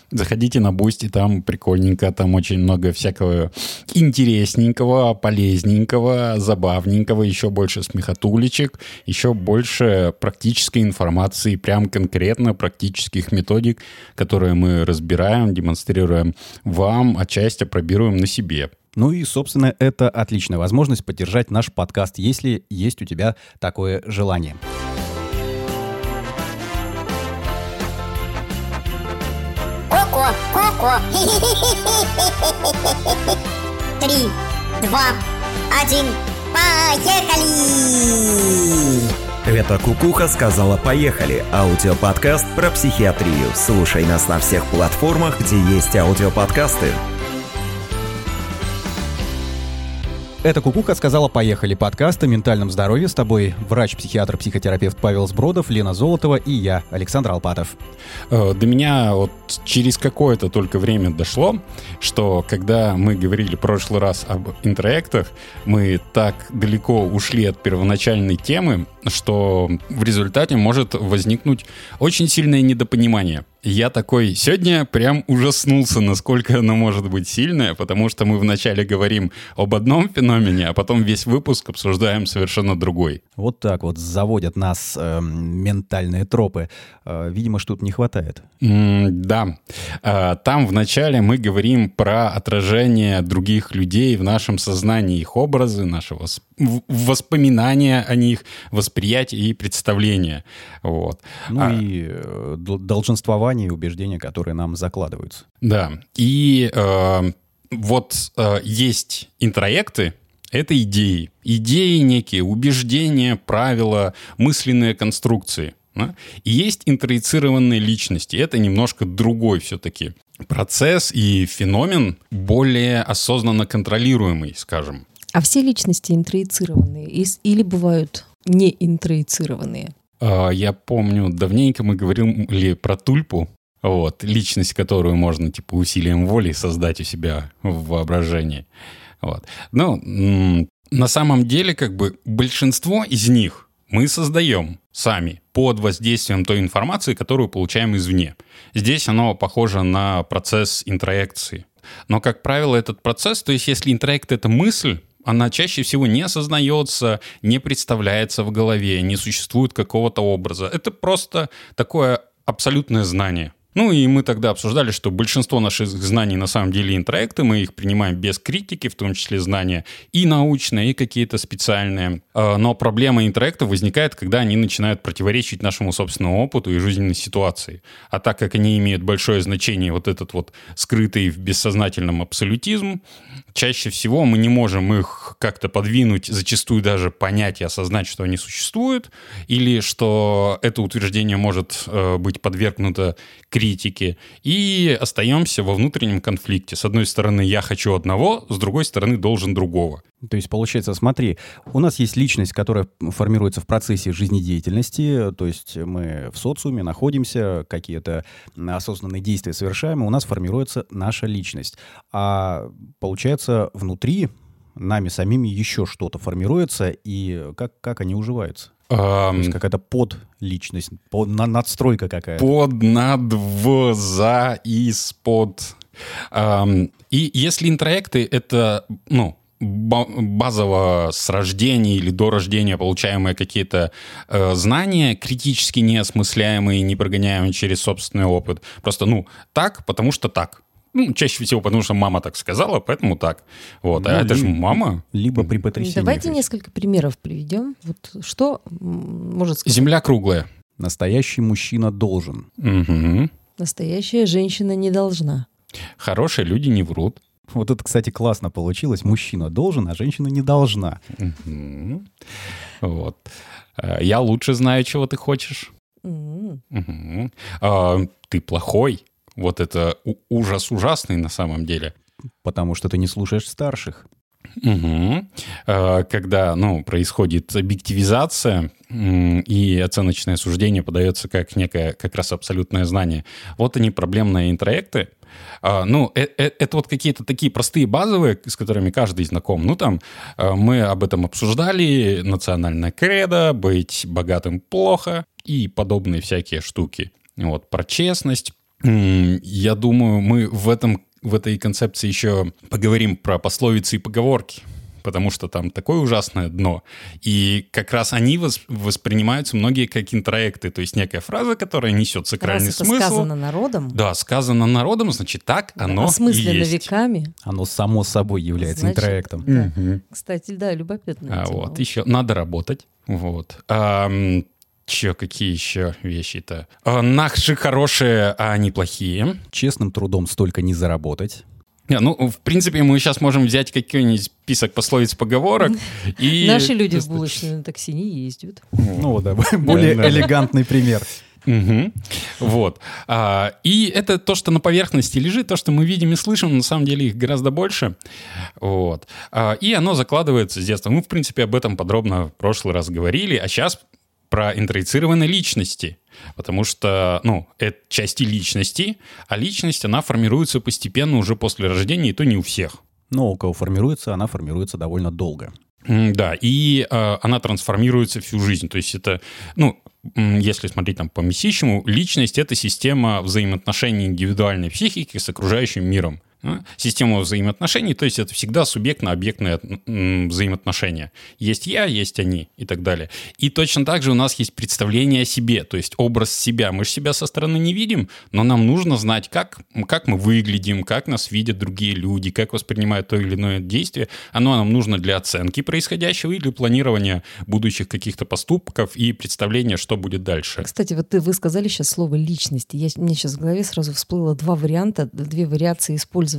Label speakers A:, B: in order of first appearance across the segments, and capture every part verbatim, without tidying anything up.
A: Заходите на Boosty, там прикольненько, там очень много всякого интересненького, полезненького, забавненького, еще больше смехотулечек, еще больше практической информации, прям конкретно практических методик, которые мы разбираем, демонстрируем вам, а часть опробируем на себе.
B: Ну и, собственно, это отличная возможность поддержать наш подкаст, если есть у тебя такое желание.
C: Ко-ко, ко-ко. Три, два, один, поехали!
D: Это Кукуха сказала «Поехали» – аудиоподкаст про психиатрию. Слушай нас на всех платформах, где есть аудиоподкасты.
B: Это «Кукуха сказала «Поехали» подкаст о ментальном здоровье. С тобой врач-психиатр, психотерапевт Павел Сбродов, Лена Золотова и я, Александр Алпатов.
A: До меня вот через какое-то только время дошло, что когда мы говорили в прошлый раз об интроектах, мы так далеко ушли от первоначальной темы, что в результате может возникнуть очень сильное недопонимание. Я такой сегодня прям ужаснулся, насколько оно может быть сильное, потому что мы вначале говорим об одном феномене, а потом весь выпуск обсуждаем совершенно другой.
B: Вот так вот заводят нас э, ментальные тропы. Э, видимо, что-то не хватает.
A: Mm, да. А, там вначале мы говорим про отражение других людей в нашем сознании, их образы, наши восп... воспоминания о них, восприятие и представление. Вот.
B: Ну
A: а...
B: и э, долженствование и убеждения, которые нам закладываются.
A: Да. И э, вот э, есть интроекты, это идеи. Идеи некие, убеждения, правила, мысленные конструкции. Да? И есть интроицированные личности. Это немножко другой все-таки процесс и феномен, более осознанно контролируемый, скажем.
E: А все личности интроицированные или бывают не интроицированные?
A: Я помню, давненько мы говорили про тульпу, вот, личность, которую можно типа усилием воли создать у себя в воображении. Вот. Но м- на самом деле как бы большинство из них мы создаем сами под воздействием той информации, которую получаем извне. Здесь оно похоже на процесс интроекции. Но, как правило, этот процесс, то есть если интроект — это мысль, она чаще всего не осознается, не представляется в голове, не существует какого-то образа. Это просто такое абсолютное знание. Ну и мы тогда обсуждали, что большинство наших знаний на самом деле интроекты, мы их принимаем без критики, в том числе знания и научные, и какие-то специальные. Но проблема интроектов возникает, когда они начинают противоречить нашему собственному опыту и жизненной ситуации. А так как они имеют большое значение, вот этот вот скрытый в бессознательном абсолютизм, чаще всего мы не можем их как-то подвинуть, зачастую даже понять и осознать, что они существуют, или что это утверждение может быть подвергнуто критики, и остаемся во внутреннем конфликте. С одной стороны, я хочу одного, с другой стороны, должен другого.
B: То есть, получается, смотри, у нас есть личность, которая формируется в процессе жизнедеятельности, то есть мы в социуме находимся, какие-то осознанные действия совершаем, и у нас формируется наша личность. А получается, внутри нами самими еще что-то формируется, и как, как они уживаются? То есть какая-то подличность, под, надстройка какая-то.
A: Под, над, в, за, из, под. И если интроекты — это, ну, базово с рождения или до рождения получаемые какие-то э, знания, критически неосмысляемые, не прогоняемые через собственный опыт. Просто, ну, так, потому что так. Ну, чаще всего, потому что мама так сказала, поэтому так. Вот. Ну, а это же мама.
B: Либо при потрясении.
E: Давайте несколько примеров приведем. Вот что может сказать?
A: Земля круглая.
B: Настоящий мужчина должен.
A: Угу.
E: Настоящая женщина не должна.
A: Хорошие люди не врут.
B: Вот это, кстати, классно получилось. Мужчина должен, а женщина не должна.
A: Угу. Вот. Я лучше знаю, чего ты хочешь.
E: Mm.
A: Угу. А, ты плохой. Вот это ужас ужасный на самом деле.
B: Потому что ты не слушаешь старших.
A: Угу. Когда, ну, происходит объективизация и оценочное суждение подается как некое как раз абсолютное знание. Вот они, проблемные интроекты. Ну, это вот какие-то такие простые базовые, с которыми каждый знаком. Ну, там мы об этом обсуждали. Национальная кредо, быть богатым плохо и подобные всякие штуки. Вот, про честность. Я думаю, мы в, этом, в этой концепции еще поговорим про пословицы и поговорки, потому что там такое ужасное дно. И как раз они вос- воспринимаются многие как интроекты, то есть некая фраза, которая несет сакральный
E: Раз это
A: смысл.
E: сказано народом,
A: Да, сказано народом, значит, так оно и
E: осмысленно
A: есть.
E: веками.
B: Оно само собой является
E: Значит,
B: интроектом.
E: да.
A: Мгм.
E: Кстати, да, любопытно.
A: А вот, еще надо работать. Вот. А, че, какие еще вещи-то? А, наши хорошие, а они плохие.
B: Честным трудом столько не заработать.
A: Не, ну, в принципе, мы сейчас можем взять какой-нибудь список пословиц, поговорок и...
E: Наши люди в булочную на такси не ездят.
B: Ну да, более
A: Да, да.
B: элегантный пример.
A: Мгм. Вот. А, и это то, что на поверхности лежит, то, что мы видим и слышим, на самом деле их гораздо больше. Вот. А, и оно закладывается с детства. Мы, в принципе, об этом подробно в прошлый раз говорили, а сейчас про интроицированные личности. Потому что, ну, это части личности, а личность, она формируется постепенно уже после рождения, и то не у всех.
B: Но у кого формируется, она формируется довольно долго.
A: М, Да, и э, она трансформируется всю жизнь. То есть это, ну, м, если смотреть там по Мессищему, личность — это система взаимоотношений индивидуальной психики с окружающим миром. А? Система взаимоотношений, то есть это всегда субъектно-объектные м, взаимоотношения. Есть я, есть они и так далее. И точно так же у нас есть представление о себе, то есть образ себя. Мы же себя со стороны не видим, но нам нужно знать, как, как мы выглядим, как нас видят другие люди, как воспринимают то или иное действие. Оно нам нужно для оценки происходящего или планирования будущих каких-то поступков и представления, что будет дальше.
E: Кстати, вот ты, вы сказали сейчас слово «личности». Я, мне сейчас в голове сразу всплыло два варианта, две вариации использования.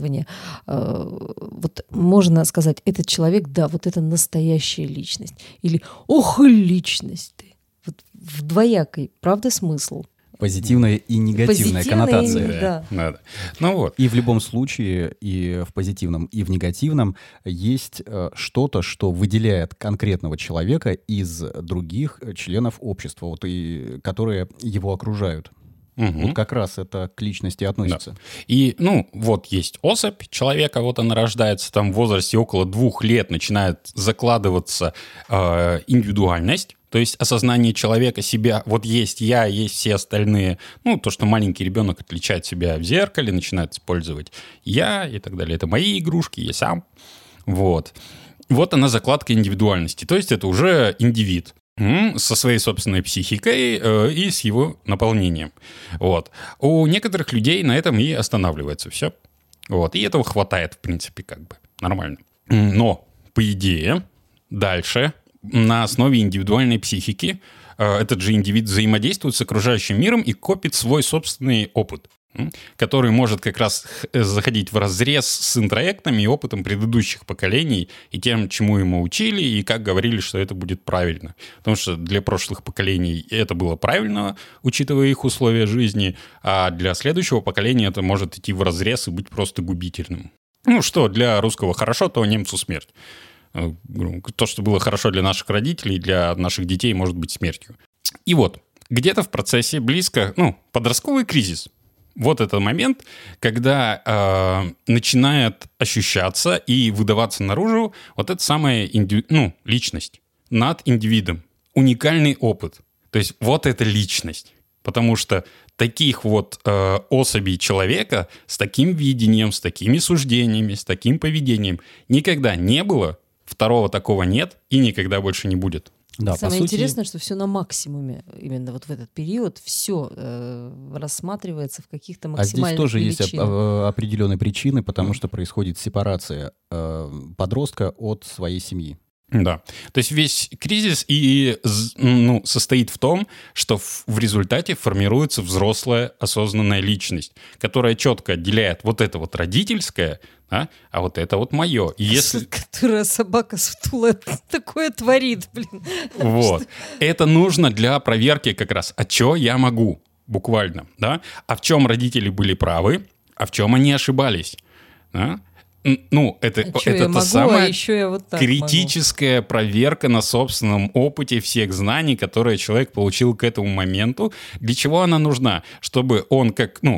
E: Э, Вот можно сказать, этот человек, да, вот это настоящая личность. Или «ох, и личность ты». Вот в двоякой, правда, смысл?
B: Позитивная и негативная
E: Позитивная и
B: коннотация.
E: не- Да.
A: Да, да. Ну вот.
B: И в любом случае, и в позитивном, и в негативном, есть э, что-то, что выделяет конкретного человека из других э, членов общества, вот, и, которые его окружают.
A: Мгм.
B: Вот как раз это к личности относится.
A: И, ну, вот есть особь человека, вот она рождается, там в возрасте около двух лет начинает закладываться э, индивидуальность, то есть осознание человека, себя, вот есть я, есть все остальные, ну, то, что маленький ребенок отличает себя в зеркале, начинает использовать я и так далее. Это мои игрушки, я сам. Вот. Вот она закладка индивидуальности, то есть это уже индивид. М, со своей собственной психикой э, и с его наполнением. Вот. У некоторых людей на этом и останавливается все. Вот. И этого хватает, в принципе, как бы нормально. М, Но, по идее, дальше на основе индивидуальной психики э, этот же индивид взаимодействует с окружающим миром и копит свой собственный опыт, м, который может как раз х- заходить в разрез с интроектами и опытом предыдущих поколений и тем, чему ему учили, и как говорили, что это будет правильно. Потому что для прошлых поколений это было правильно, учитывая их условия жизни, а для следующего поколения это может идти в разрез и быть просто губительным. Ну что, для русского хорошо, то немцу смерть. Э, То, что было хорошо для наших родителей, для наших детей, может быть смертью. И вот, где-то в процессе близко, ну, подростковый кризис. Вот этот момент, когда э, начинает ощущаться и выдаваться наружу вот эта самая инди- ну, личность над индивидом. Уникальный опыт. То есть вот эта личность. Потому что таких вот э, особей человека с таким видением, с такими суждениями, с таким поведением никогда не было, второго такого нет и никогда больше не будет.
B: Да,
E: Самое
B: по сути,
E: интересное, что все на максимуме. Именно вот в этот период все рассматривается в каких-то
B: а здесь
E: максимальных
B: тоже есть
E: величинах.
B: оп- э, определенные причины, потому что происходит сепарация э, подростка от своей семьи.
A: Да. То есть весь кризис и з- ну, состоит в том, что в, в результате формируется взрослая осознанная личность, которая четко отделяет вот это вот родительское, да, а вот это вот мое. И если...
E: Которая собака с втула такое творит, блин.
A: Вот. Это нужно для проверки как раз, а что я могу, буквально, да? А в чем родители были правы, а в чем они ошибались, да? Н- Ну, это,
E: А чё
A: это
E: я
A: та
E: могу,
A: самая
E: а еще я вот так
A: критическая проверка на собственном опыте всех знаний, которые человек получил к этому моменту. Для чего она нужна? Чтобы он как, ну, в-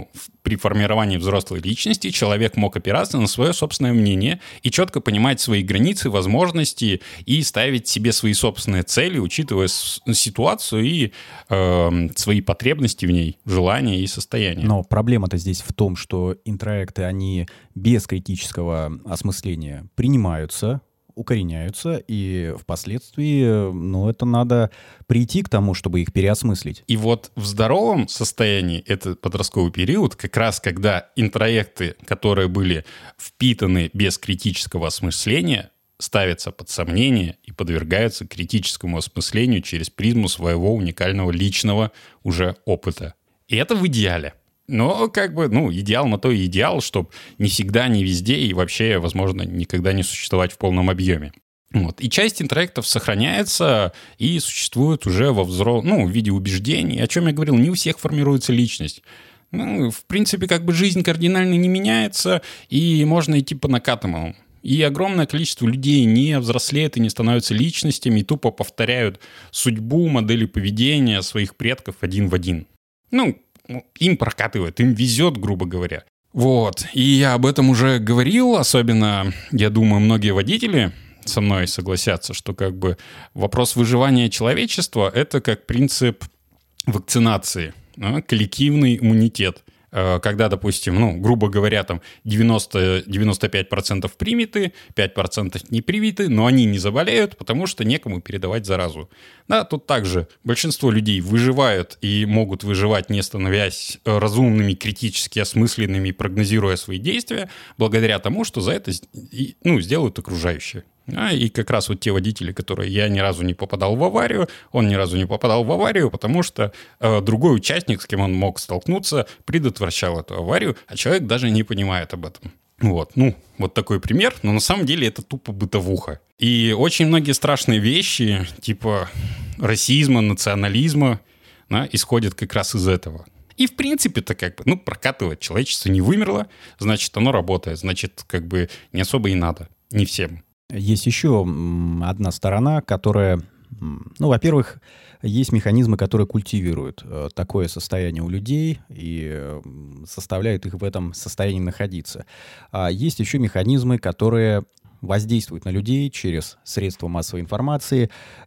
A: при формировании взрослой личности человек мог опираться на свое собственное мнение и четко понимать свои границы, возможности и ставить себе свои собственные цели, учитывая ситуацию и э, свои потребности в ней, желания и состояния.
B: Но проблема-то здесь в том, что интроекты, они без критического осмысления принимаются, укореняются, и впоследствии, ну, это надо прийти к тому, чтобы их переосмыслить.
A: И вот в здоровом состоянии, это подростковый период, как раз когда интроекты, которые были впитаны без критического осмысления, ставятся под сомнение и подвергаются критическому осмыслению через призму своего уникального личного уже опыта. И это в идеале. Но как бы, ну, идеал на то и идеал, чтобы не всегда, не везде и вообще, возможно, никогда не существовать в полном объеме. Вот. И часть интроектов сохраняется и существует уже во взро... ну, в виде убеждений. О чем я говорил, не у всех формируется личность. Ну, в принципе, как бы жизнь кардинально не меняется, и можно идти по накатанному. И огромное количество людей не взрослеет и не становятся личностями, и тупо повторяют судьбу, модели поведения своих предков один в один. Ну, им прокатывает, им везет, грубо говоря. Вот. И я об этом уже говорил, особенно, я думаю, многие водители со мной согласятся, что как бы вопрос выживания человечества — это как принцип вакцинации, да, коллективный иммунитет. Когда, допустим, ну, грубо говоря, там девяносто - девяносто пять процентов привиты, пять процентов не привиты, но они не заболеют, потому что некому передавать заразу. Да, тут также большинство людей выживают и могут выживать, не становясь разумными, критически осмысленными, прогнозируя свои действия, благодаря тому, что за это, ну, сделают окружающие. А, и как раз вот те водители, которые я ни разу не попадал в аварию, он ни разу не попадал в аварию, потому что э, другой участник, с кем он мог столкнуться, предотвращал эту аварию, а человек даже не понимает об этом. Вот, ну, вот такой пример, но на самом деле это тупо бытовуха. И очень многие страшные вещи, типа расизма, национализма, да, исходят как раз из этого. И, в принципе-то, как бы, ну, прокатывает. Человечество не вымерло, значит, оно работает, значит, как бы не особо и надо, не всем.
B: Есть еще одна сторона, которая, ну, во-первых, есть механизмы, которые культивируют такое состояние у людей и заставляют их в этом состоянии находиться. А есть еще механизмы, которые воздействуют на людей через средства массовой информации.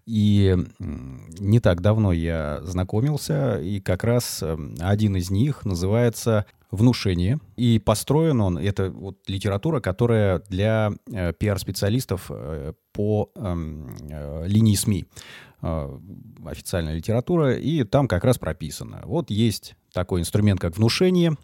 B: И не так давно я знакомился, и как раз один из них называется «Внушение». И построен он, это вот литература, которая для э, пиар-специалистов э, по э, линии СМИ. Э, официальная литература, и там как раз прописано. Вот есть такой инструмент, как внушение.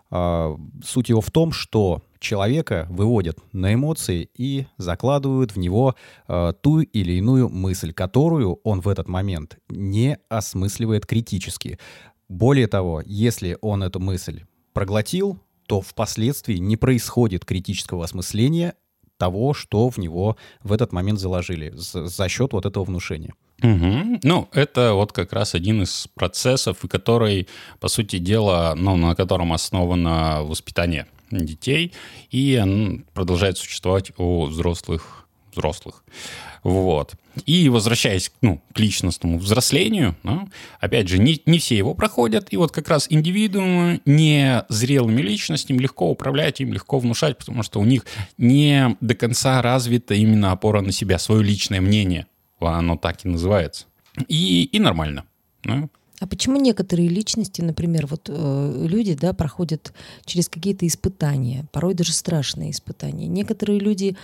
B: Э, суть его в том, что человека выводят на эмоции и закладывают в него э, ту или иную мысль, которую он в этот момент не осмысливает критически. Более того, если он эту мысль проглотил, то впоследствии не происходит критического осмысления того, что в него в этот момент заложили за, за счет вот этого внушения.
A: Угу. Ну, это вот как раз один из процессов, и который, по сути дела, ну, на котором основано воспитание детей, и он продолжает существовать у взрослых взрослых. Вот. И возвращаясь, ну, к личностному взрослению, ну, опять же, не, не все его проходят, и вот как раз индивидуумы незрелыми личностями легко управлять, им легко внушать, потому что у них не до конца развита именно опора на себя, свое личное мнение. Оно так и называется. И, и нормально. Ну.
E: А почему некоторые личности, например, вот э, люди, да, проходят через какие-то испытания, порой даже страшные испытания? Некоторые люди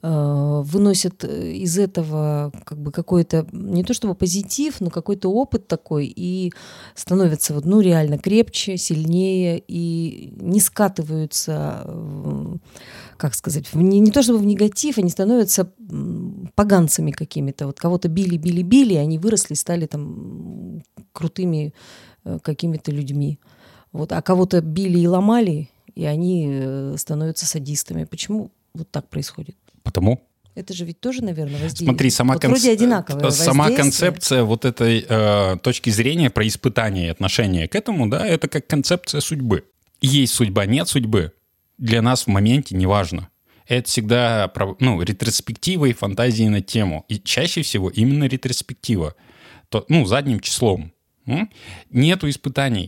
E: э, выносят из этого как бы какой-то, не то чтобы позитив, но какой-то опыт такой и становятся вот, ну, реально крепче, сильнее и не скатываются, э, как сказать, в, не, не то чтобы в негатив, они становятся поганцами какими-то. Вот кого-то били, били, били, они выросли, стали там крутыми э, какими-то людьми. Вот. А кого-то били и ломали, и они э, становятся садистами. Почему вот так происходит?
A: Потому?
E: Это же ведь тоже, наверное, воздействие.
A: Смотри, сама,
E: вот
A: конц...
E: вроде одинаковое
A: сама концепция вот этой э, точки зрения про испытание и отношение к этому, да, это как концепция судьбы. Есть судьба, нет судьбы. Для нас в моменте не важно. Это всегда, ну, ретроспектива и фантазии на тему. И чаще всего именно ретроспектива. То, ну, задним числом. Нету испытаний.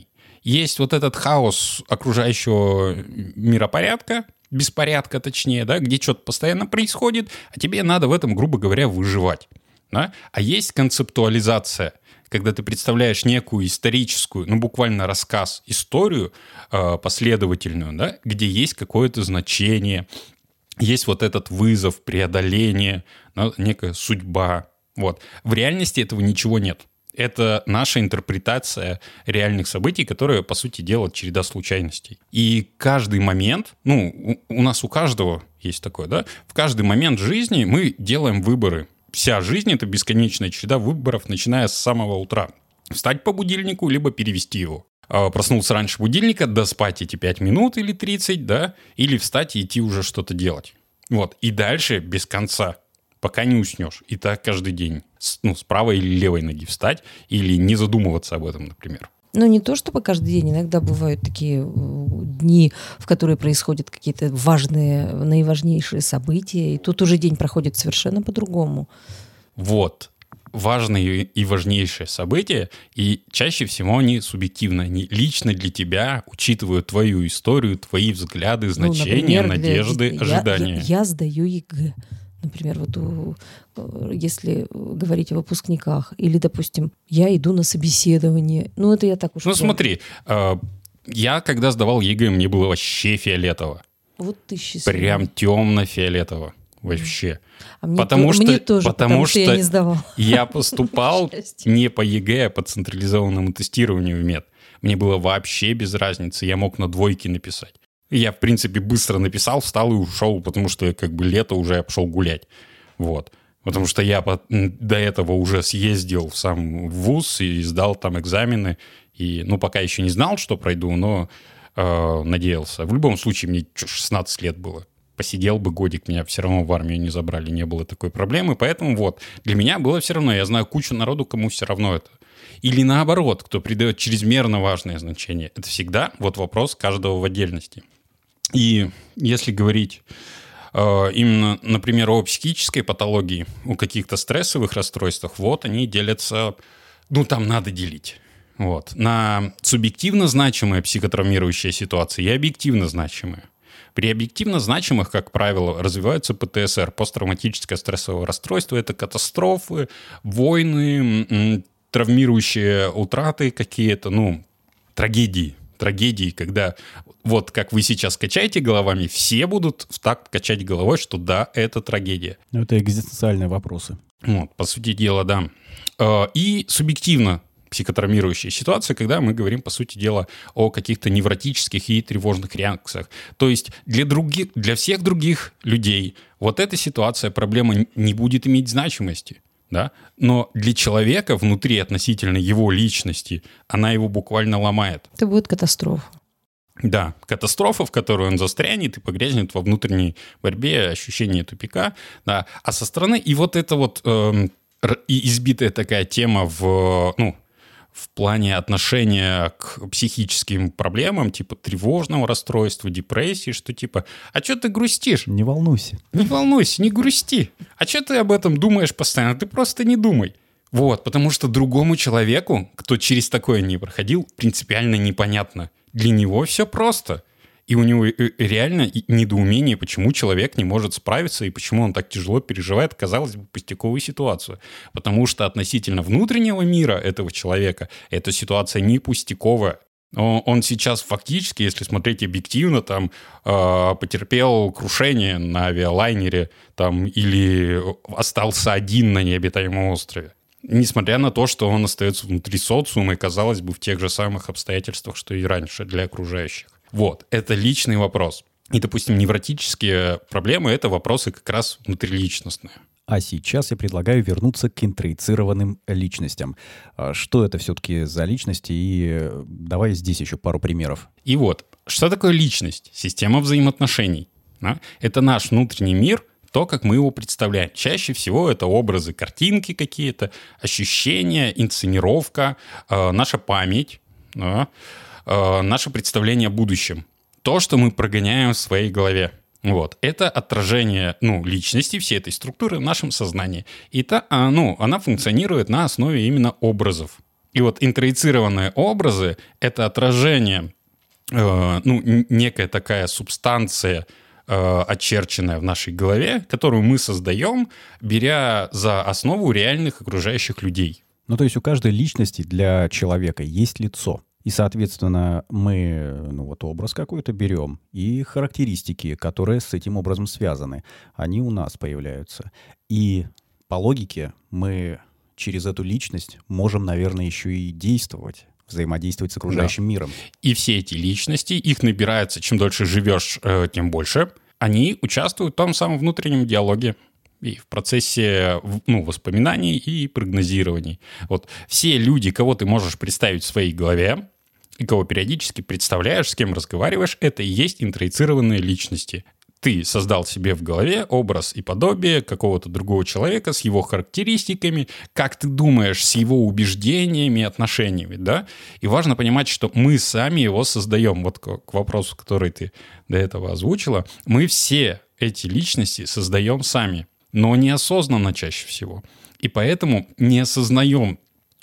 A: есть вот этот хаос окружающего миропорядка, беспорядка точнее, да, где что-то постоянно происходит, а тебе надо в этом, грубо говоря, выживать. Да? А есть концептуализация, когда ты представляешь некую историческую, ну буквально рассказ, историю э, последовательную, да, где есть какое-то значение, есть вот этот вызов, преодоление, ну, некая судьба. Вот. В реальности этого ничего нет. Это наша интерпретация реальных событий, которые, по сути дела, череда случайностей. И каждый момент, ну, у, у нас у каждого есть такое, да, в каждый момент жизни мы делаем выборы. Вся жизнь — это бесконечная череда выборов, начиная с самого утра. Встать по будильнику, либо перевести его. Проснулся раньше будильника, доспать эти пять минут или тридцать, да, или встать и идти уже что-то делать. Вот. И дальше без конца, пока не уснешь. И так каждый день. С, ну, с правой или левой ноги встать, или не задумываться об этом, например.
E: Ну, не то чтобы каждый день. Иногда бывают такие дни, в которые происходят какие-то важные, наиважнейшие события, и тут уже день проходит совершенно по-другому.
A: Вот. Важные и важнейшие события, и чаще всего они субъективны. Они лично для тебя учитывают твою историю, твои взгляды, значения, ну, например, надежды, для... ожидания.
E: Я, я, я сдаю ЕГЭ. Например, вот у, если говорить о выпускниках, или, допустим, я иду на собеседование. Ну, это я так уж...
A: Ну,
E: прям...
A: смотри, э, я когда сдавал ЕГЭ, мне было вообще фиолетово.
E: Вот ты счастливый.
A: Прям темно-фиолетово. Вообще.
E: А мне,
A: потому
E: то,
A: что,
E: мне тоже,
A: потому,
E: потому
A: что,
E: что я не сдавал.
A: Я поступал не по ЕГЭ, а по централизованному тестированию в мед. Мне было вообще без разницы. Я мог на двойки написать. Я, в принципе, быстро написал, встал и ушел, потому что как бы лето уже я пошел гулять. Вот. Потому что я до этого уже съездил в сам вуз и сдал там экзамены. И, ну, пока еще не знал, что пройду, но э, надеялся. В любом случае, мне шестнадцать лет было. Посидел бы годик, меня все равно в армию не забрали, не было такой проблемы. Поэтому вот, для меня было все равно. Я знаю кучу народу, кому все равно это. Или наоборот, кто придает чрезмерно важное значение. Это всегда вот вопрос каждого в отдельности. И если говорить э, именно, например, о психической патологии, о каких-то стрессовых расстройствах, вот они делятся, ну там надо делить. Вот, на субъективно значимые психотравмирующие ситуации и объективно значимые. При объективно значимых, как правило, развиваются ПТСР, посттравматическое стрессовое расстройство. Это катастрофы, войны, м- травмирующие утраты какие-то, ну, трагедии. Трагедии, когда вот как вы сейчас качаете головами, все будут в такт качать головой, что да, это трагедия.
B: Это экзистенциальные вопросы.
A: Вот, по сути дела, да. И субъективно психотравмирующие ситуации, когда мы говорим, по сути дела, о каких-то невротических и тревожных реакциях. То есть для других, для всех других людей вот эта ситуация, проблема не будет иметь значимости. Да? Но для человека внутри относительно его личности она его буквально ломает.
E: Это будет катастрофа.
A: Да, катастрофа, в которую он застрянет и погрязнет во внутренней борьбе, ощущение тупика. Да. А со стороны, и вот эта вот э, избитая такая тема в, ну, в плане отношения к психическим проблемам, типа тревожного расстройства, депрессии, что типа, а что ты грустишь?
B: Не волнуйся.
A: Не волнуйся, не грусти. А что ты об этом думаешь постоянно? Ты просто не думай. Вот, потому что другому человеку, кто через такое не проходил, принципиально непонятно. Для него все просто. И у него реально недоумение, почему человек не может справиться и почему он так тяжело переживает, казалось бы, пустяковую ситуацию. Потому что относительно внутреннего мира этого человека эта ситуация не пустяковая. Он сейчас фактически, если смотреть объективно, там, э, потерпел крушение на авиалайнере там, или остался один на необитаемом острове. Несмотря на то, что он остается внутри социума и, казалось бы, в тех же самых обстоятельствах, что и раньше для окружающих. Вот, это личный вопрос. И, допустим, невротические проблемы – это вопросы как раз внутриличностные.
B: А сейчас я предлагаю вернуться к интроицированным личностям. Что это все-таки за личности? И давай здесь еще пару примеров.
A: И вот, что такое личность? Система взаимоотношений. Да? Это наш внутренний мир, то, как мы его представляем. Чаще всего это образы, картинки какие-то, ощущения, инсценировка, э, наша память, да? э, наше представление о будущем. То, что мы прогоняем в своей голове. Вот. Это отражение, ну, личности, всей этой структуры в нашем сознании. И та, а, ну, она функционирует на основе именно образов. И вот интроицированные образы — это отражение, э, ну, некая такая субстанция, э, очерченная в нашей голове, которую мы создаем, беря за основу реальных окружающих людей.
B: Ну, то есть у каждой личности для человека есть лицо. И, соответственно, мы ну, вот образ какой-то берем, и характеристики, которые с этим образом связаны, они у нас появляются. И по логике мы через эту личность можем, наверное, еще и действовать, взаимодействовать с окружающим да. миром.
A: И все эти личности, их набирается, чем дольше живешь, тем больше, они участвуют в том самом внутреннем диалоге и в процессе ну, воспоминаний и прогнозирований. Вот все люди, кого ты можешь представить в своей голове, и кого периодически представляешь, с кем разговариваешь, это и есть интроицированные личности. Ты создал себе в голове образ и подобие какого-то другого человека с его характеристиками, как ты думаешь, с его убеждениями и отношениями, да? И важно понимать, что мы сами его создаем. Вот к вопросу, который ты до этого озвучила. Мы все эти личности создаем сами, но неосознанно чаще всего. И поэтому не осознаем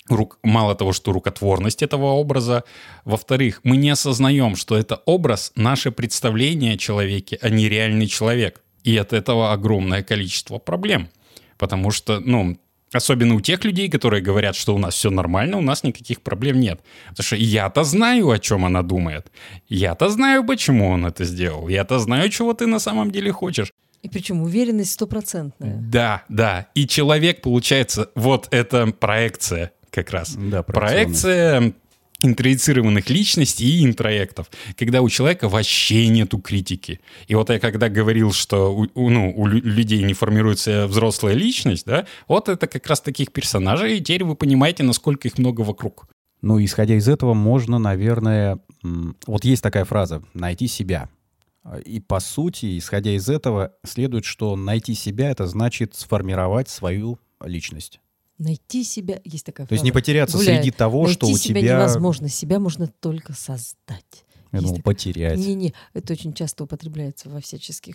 A: мало того, что рукотворность этого образа, во-вторых, мы не осознаем, что это образ, наше представление о человеке, а не реальный человек. И от этого огромное количество проблем. Потому что, ну, особенно у тех людей, которые говорят, что у нас все нормально, у нас никаких проблем нет. Потому что я-то знаю, о чем она думает. Я-то знаю, почему он это сделал. Я-то знаю, чего ты на самом деле хочешь.
E: И причем уверенность стопроцентная.
A: Да, да. И человек, получается, вот это проекция. Как раз. Да, проекция интроицированных личностей и интроектов, когда у человека вообще нету критики. И вот я когда говорил, что у, ну, у людей не формируется взрослая личность, да, вот это как раз таких персонажей, и теперь вы понимаете, насколько их много вокруг.
B: Ну, исходя из этого, можно, наверное... Вот есть такая фраза «найти себя». И, по сути, исходя из этого, следует, что найти себя — это значит сформировать свою личность.
E: Найти себя, есть такая фраза.
B: То есть не потеряться
E: гуляет.
B: Среди того,
E: Найти
B: что у
E: себя
B: тебя...
E: невозможно, себя можно только создать.
B: Я думал, такая... потерять.
E: Не-не, это очень часто употребляется во всяческих...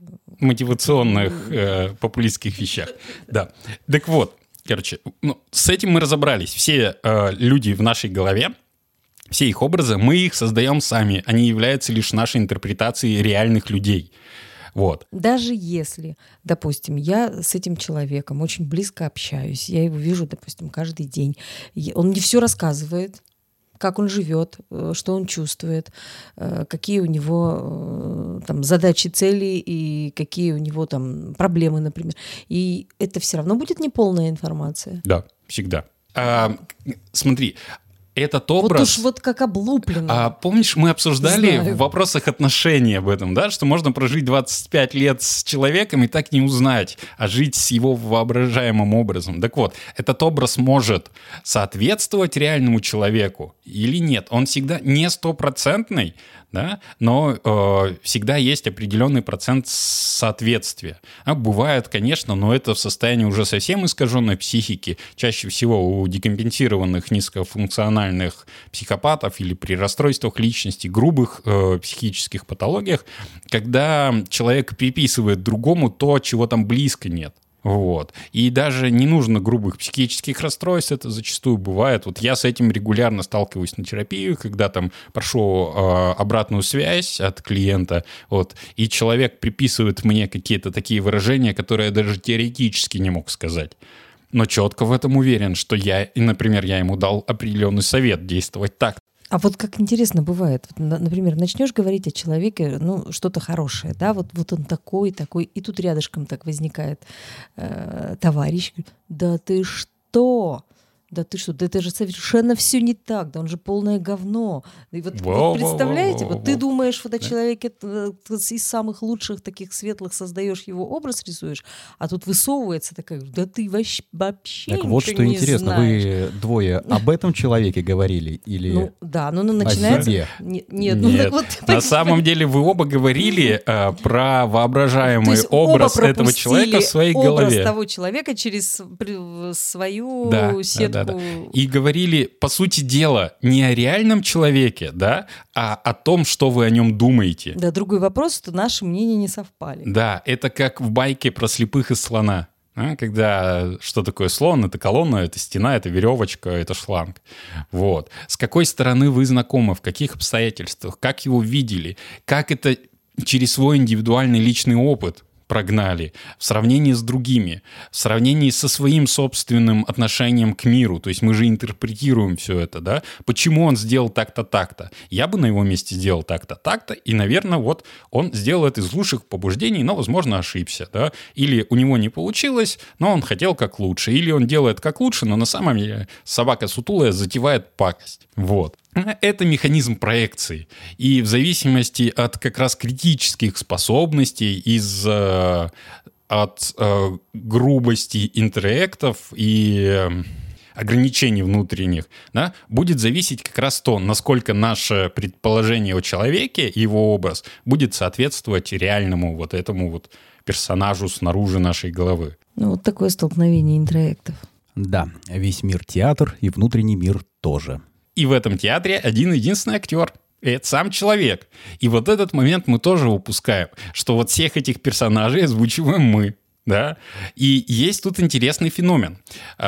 A: мотивационных, э, популистских вещах. Да. Так вот, короче, ну, с этим мы разобрались. Все э, люди в нашей голове, все их образы, мы их создаем сами. Они являются лишь нашей интерпретацией реальных людей. Вот.
E: Даже если, допустим, я с этим человеком очень близко общаюсь, я его вижу, допустим, каждый день, он мне все рассказывает, как он живет, что он чувствует, какие у него там задачи, цели и какие у него там проблемы, например. И это все равно будет неполная информация.
A: Да, всегда. А, смотри. Этот образ...
E: Вот уж вот как облуплено.
A: А, помнишь, мы обсуждали
E: Знаю.
A: в вопросах отношений об этом, да, что можно прожить двадцать пять лет с человеком и так не узнать, а жить с его воображаемым образом. Так вот, этот образ может соответствовать реальному человеку или нет. Он всегда не стопроцентный, да, но э, всегда есть определенный процент соответствия. А бывает, конечно, но это в состоянии уже совсем искаженной психики, чаще всего у декомпенсированных низкофункциональных психопатов или при расстройствах личности, грубых э, психических патологиях, когда человек приписывает другому то, чего там близко нет. Вот. И даже не нужно грубых психических расстройств, это зачастую бывает. Вот я с этим регулярно сталкиваюсь на терапии, когда там прошу э, обратную связь от клиента, вот, и человек приписывает мне какие-то такие выражения, которые я даже теоретически не мог сказать. Но четко в этом уверен, что я, и, например, я ему дал определенный совет действовать так.
E: А вот как интересно бывает, вот, например, начнешь говорить о человеке, ну, что-то хорошее, да, вот, вот он такой, такой, и тут рядышком так возникает э, товарищ, да ты что? Да ты что, да это же совершенно все не так, да он же полное говно. И вот,
A: Во,
E: вот представляете,
A: во, во,
E: вот ты
A: во.
E: думаешь вот о
A: Да.
E: человеке из самых лучших, таких светлых создаешь его образ, рисуешь, а тут высовывается такая, да ты вообще, вообще
B: Так вот,
E: ничего
B: что
E: не
B: интересно,
E: знаешь.
B: вы двое об этом человеке говорили или
E: Ну да, ну, ну начинается...
B: себе?
E: Не- Нет, ну
A: Нет.
E: так вот...
A: На самом деле вы оба говорили э, про
E: То
A: воображаемый
E: есть
A: образ
E: оба
A: этого человека в своей
E: пропустили
A: голове.
E: образ того человека через при- свою
A: Да, да,
E: сетку.
A: да, да. И говорили, по сути дела, не о реальном человеке, да, а о том, что вы о нем думаете.
E: Да, другой вопрос, что наши мнения не совпали.
A: Да, это как в байке про слепых и слона. А, когда что такое слон? Это колонна, это стена, это веревочка, это шланг. Вот. С какой стороны вы знакомы, в каких обстоятельствах, как его видели, как это через свой индивидуальный личный опыт прогнали в сравнении с другими, в сравнении со своим собственным отношением к миру. То есть мы же интерпретируем все это, да? Почему он сделал так-то, так-то? Я бы на его месте сделал так-то, так-то, и, наверное, вот он сделал это из лучших побуждений, но, возможно, ошибся, да? Или у него не получилось, но он хотел как лучше. Или он делает как лучше, но на самом деле собака сутулая затевает пакость. Вот. Это механизм проекции. И в зависимости от как раз критических способностей, из, э, от э, грубости интерактов и э, ограничений внутренних, да, будет зависеть как раз то, насколько наше предположение о человеке, его образ, будет соответствовать реальному вот этому вот персонажу снаружи нашей головы.
E: Ну, вот такое столкновение интерактов.
B: Да, весь мир театр, и внутренний мир тоже.
A: И в этом театре один-единственный актер. И это сам человек. И вот этот момент мы тоже упускаем, что вот всех этих персонажей озвучиваем мы. Да? И есть тут интересный феномен.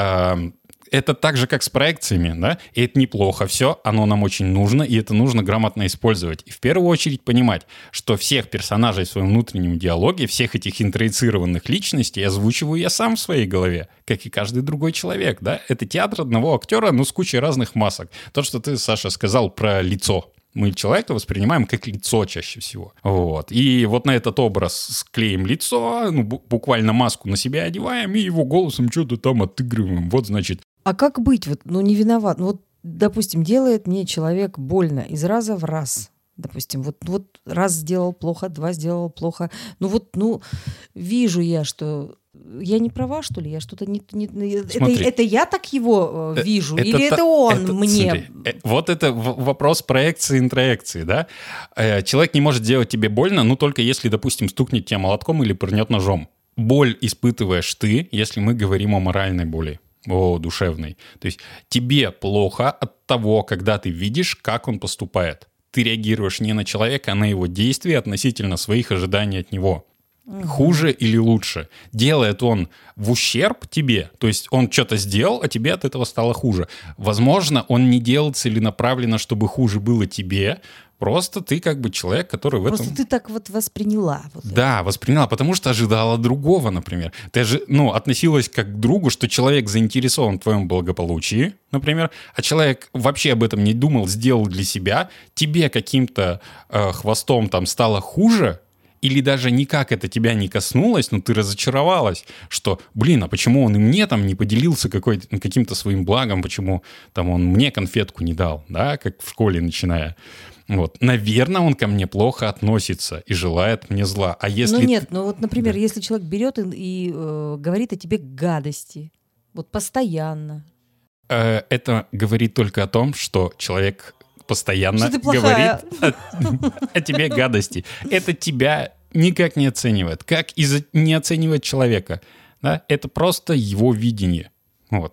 A: Это так же, как с проекциями, да, и это неплохо все, оно нам очень нужно, и это нужно грамотно использовать. И в первую очередь понимать, что всех персонажей в своем внутреннем диалоге, всех этих интроицированных личностей озвучиваю я сам в своей голове, как и каждый другой человек, да. Это театр одного актера, но с кучей разных масок. То, что ты, Саша, сказал про лицо. Мы человека воспринимаем как лицо чаще всего. Вот. И вот на этот образ склеим лицо, ну, буквально маску на себя одеваем, и его голосом что-то там отыгрываем. Вот, значит...
E: А как быть? Вот, ну, не виноват. Ну, вот, допустим, делает мне человек больно из раза в раз. Допустим, вот, вот раз сделал плохо, два сделал плохо. Ну вот, ну, вижу я, что... Я не права, что ли? Я что-то не... не это, это я так его э, вижу? Это, или это, это он это, мне?
A: Смотри, э, вот это в- вопрос проекции и интроекции, да? Э, человек не может делать тебе больно, ну, только если, допустим, стукнет тебя молотком или пырнет ножом. Боль испытываешь ты, если мы говорим о моральной боли, о душевной. То есть тебе плохо от того, когда ты видишь, как он поступает. Ты реагируешь не на человека, а на его действия относительно своих ожиданий от него. Хуже или лучше? Делает он в ущерб тебе, то есть он что-то сделал, а тебе от этого стало хуже. Возможно, он не делал целенаправленно, чтобы хуже было тебе, просто ты как бы человек, который в
E: просто
A: этом...
E: Просто ты так вот восприняла. Вот
A: да,
E: это.
A: восприняла, потому что ожидала другого, например. Ты же, ну, относилась как к другу, что человек заинтересован в твоем благополучии, например, а человек вообще об этом не думал, сделал для себя, тебе каким-то э, хвостом там стало хуже, или даже никак это тебя не коснулось, но ты разочаровалась, что, блин, а почему он и мне там не поделился какой-то, каким-то своим благом, почему там он мне конфетку не дал, да, как в школе начиная. Вот. Наверное, он ко мне плохо относится и желает мне зла. А если...
E: Ну нет, ну вот, например, да. Если человек берет и, и э, говорит о тебе гадости, вот постоянно.
A: Э, это говорит только о том, что человек... постоянно говорит о, о тебе гадости. Это тебя никак не оценивает. Как и не оценивает человека. Да? Это просто его видение. Вот.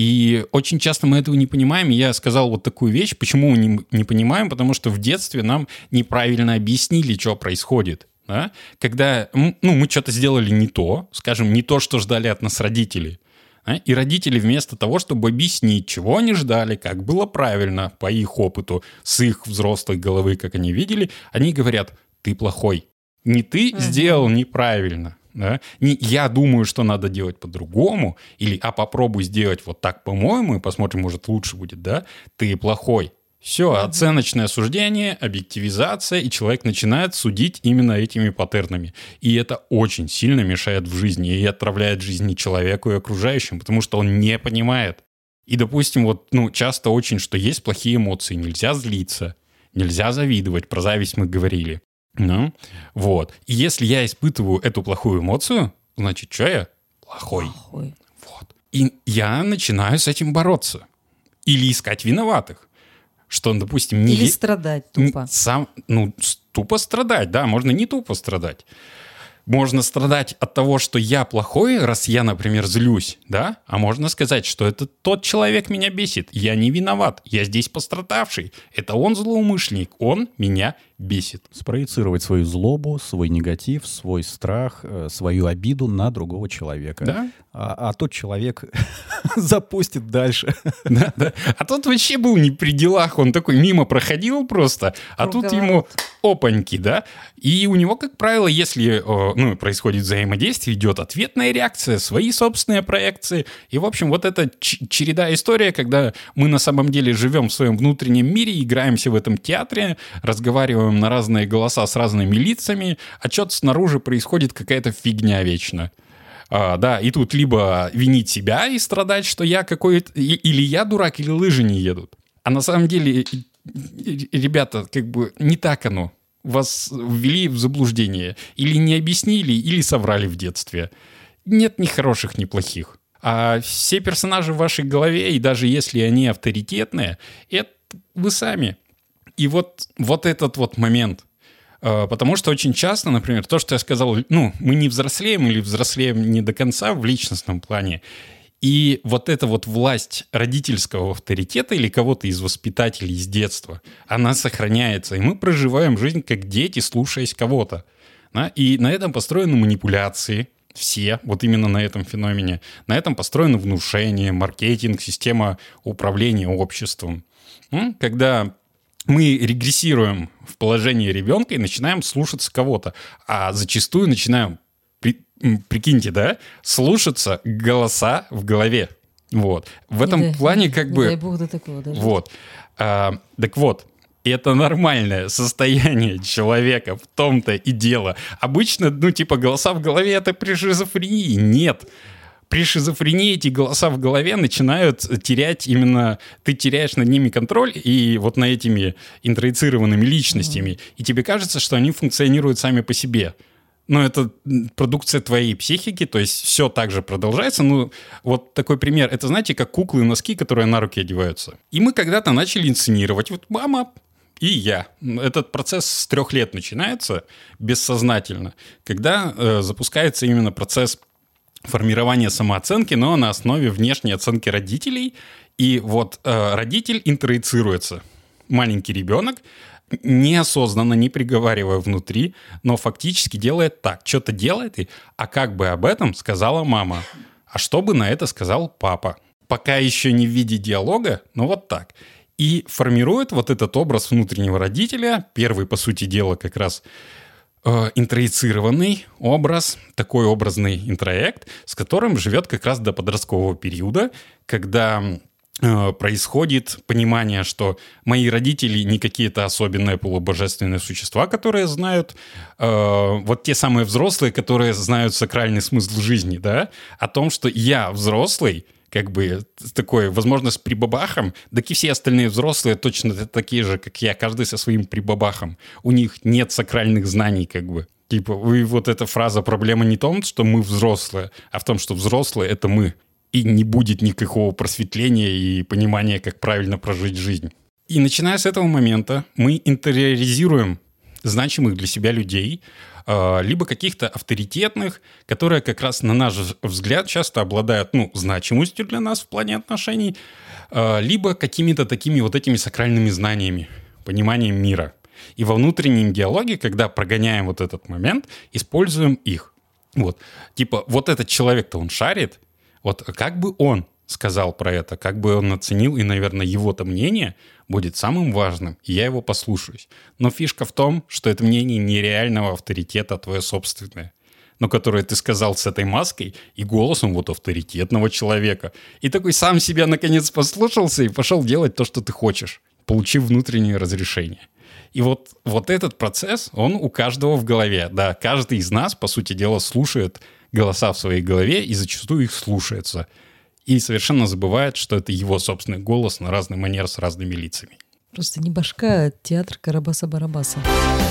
A: И очень часто мы этого не понимаем. И я сказал вот такую вещь. Почему мы не, не понимаем? Потому что в детстве нам неправильно объяснили, что происходит. Да? Когда ну, мы что-то сделали не то, скажем, не то, что ждали от нас родители. И родители вместо того, чтобы объяснить, чего они ждали, как было правильно по их опыту, с их взрослой головы, как они видели, они говорят, ты плохой. Не ты uh-huh. сделал неправильно. Да? Не я думаю, что надо делать по-другому, или а попробуй сделать вот так, по-моему, и посмотрим, может, лучше будет. Да? Ты плохой. Все, uh-huh. оценочное суждение, объективизация, и человек начинает судить именно этими паттернами. И это очень сильно мешает в жизни и отравляет жизни человеку и окружающим, потому что он не понимает. И, допустим, вот, ну, часто очень, что есть плохие эмоции, нельзя злиться, нельзя завидовать, про зависть мы говорили. Ну, вот. И если я испытываю эту плохую эмоцию, значит, что я? Плохой.
E: Плохой.
A: Вот. И я начинаю с этим бороться. Или искать виноватых. Что, допустим, не...
E: Или страдать тупо.
A: Сам, ну, тупо страдать, да, можно не тупо страдать. Можно страдать от того, что я плохой, раз я, например, злюсь, да? А можно сказать, что это тот человек меня бесит, я не виноват, я здесь пострадавший. Это он злоумышленник, он меня бесит.
B: Спроецировать свою злобу, свой негатив, свой страх, э, свою обиду на другого человека.
A: Да?
B: А, а тот человек запустит дальше.
A: Да, да. А тот вообще был не при делах, он такой мимо проходил просто, а тут ему опаньки, да? И у него, как правило, если ну, происходит взаимодействие, идет ответная реакция, свои собственные проекции. И, в общем, вот эта череда история, когда мы на самом деле живем в своем внутреннем мире, играемся в этом театре, разговариваем на разные голоса с разными лицами, а что-то снаружи происходит какая-то фигня вечно. А, да, и тут либо винить себя и страдать, что я какой-то... Или я дурак, или лыжи не едут. А на самом деле, ребята, как бы не так оно. Вас ввели в заблуждение. Или не объяснили, или соврали в детстве. Нет ни хороших, ни плохих. А все персонажи в вашей голове, и даже если они авторитетные, это вы сами. И вот, вот этот вот момент. Потому что очень часто, например, то, что я сказал, ну, мы не взрослеем или взрослеем не до конца в личностном плане. И вот эта вот власть родительского авторитета или кого-то из воспитателей из детства, она сохраняется. И мы проживаем жизнь как дети, слушаясь кого-то. Да? И на этом построены манипуляции. Все, вот именно на этом феномене. На этом построено внушение, маркетинг, система управления обществом. Когда мы регрессируем в положении ребенка и начинаем слушаться кого-то. А зачастую начинаем, при, прикиньте, да, слушаться голоса в голове. Вот. В этом
E: не
A: плане
E: дай,
A: как
E: не
A: бы...
E: дай бог до такого даже.
A: Вот. А, так вот. Это нормальное состояние человека, в том-то и дело. Обычно, ну, типа, голоса в голове — это при шизофрении. Нет. При шизофрении эти голоса в голове начинают терять именно... Ты теряешь над ними контроль, и вот на этими интроицированными личностями. Mm-hmm. И тебе кажется, что они функционируют сами по себе. Но это продукция твоей психики, то есть все так же продолжается. Ну, вот такой пример. Это, знаете, как куклы и носки, которые на руки одеваются. И мы когда-то начали инсценировать. Вот мама... И я. Этот процесс с трех лет начинается бессознательно, когда э, запускается именно процесс формирования самооценки, но на основе внешней оценки родителей. И вот э, родитель интроицируется. Маленький ребенок, неосознанно, не приговаривая внутри, но фактически делает так. Что-то делает, и, а как бы об этом сказала мама? А что бы на это сказал папа? Пока еще не в виде диалога, но вот так. И формирует вот этот образ внутреннего родителя, первый, по сути дела, как раз э, интроицированный образ, такой образный интроект, с которым живет как раз до подросткового периода, когда э, происходит понимание, что мои родители не какие-то особенные полубожественные существа, которые знают, э, вот те самые взрослые, которые знают сакральный смысл жизни, да, о том, что я взрослый, как бы такой, возможно, с прибабахом, да и все остальные взрослые точно такие же, как я, каждый со своим прибабахом. У них нет сакральных знаний, как бы. Типа, и вот эта фраза «проблема не в том, что мы взрослые, а в том, что взрослые — это мы». И не будет никакого просветления и понимания, как правильно прожить жизнь. И начиная с этого момента мы интериоризируем значимых для себя людей, либо каких-то авторитетных, которые как раз, на наш взгляд, часто обладают, ну, значимостью для нас в плане отношений, либо какими-то такими вот этими сакральными знаниями, пониманием мира. И во внутреннем диалоге, когда прогоняем вот этот момент, используем их. Вот. Типа, вот этот человек-то он шарит, вот как бы он сказал про это, как бы он оценил, и, наверное, его-то мнение будет самым важным, и я его послушаюсь. Но фишка в том, что это мнение нереального авторитета, твое собственное, но которое ты сказал с этой маской и голосом вот авторитетного человека. И такой сам себя, наконец, послушался и пошел делать то, что ты хочешь, получив внутреннее разрешение. И вот, вот этот процесс, он у каждого в голове. Да, каждый из нас, по сути дела, слушает голоса в своей голове и зачастую их слушается. И совершенно забывает, что это его собственный голос на разный манер с разными лицами.
E: Просто не башка, а театр Карабаса-Барабаса.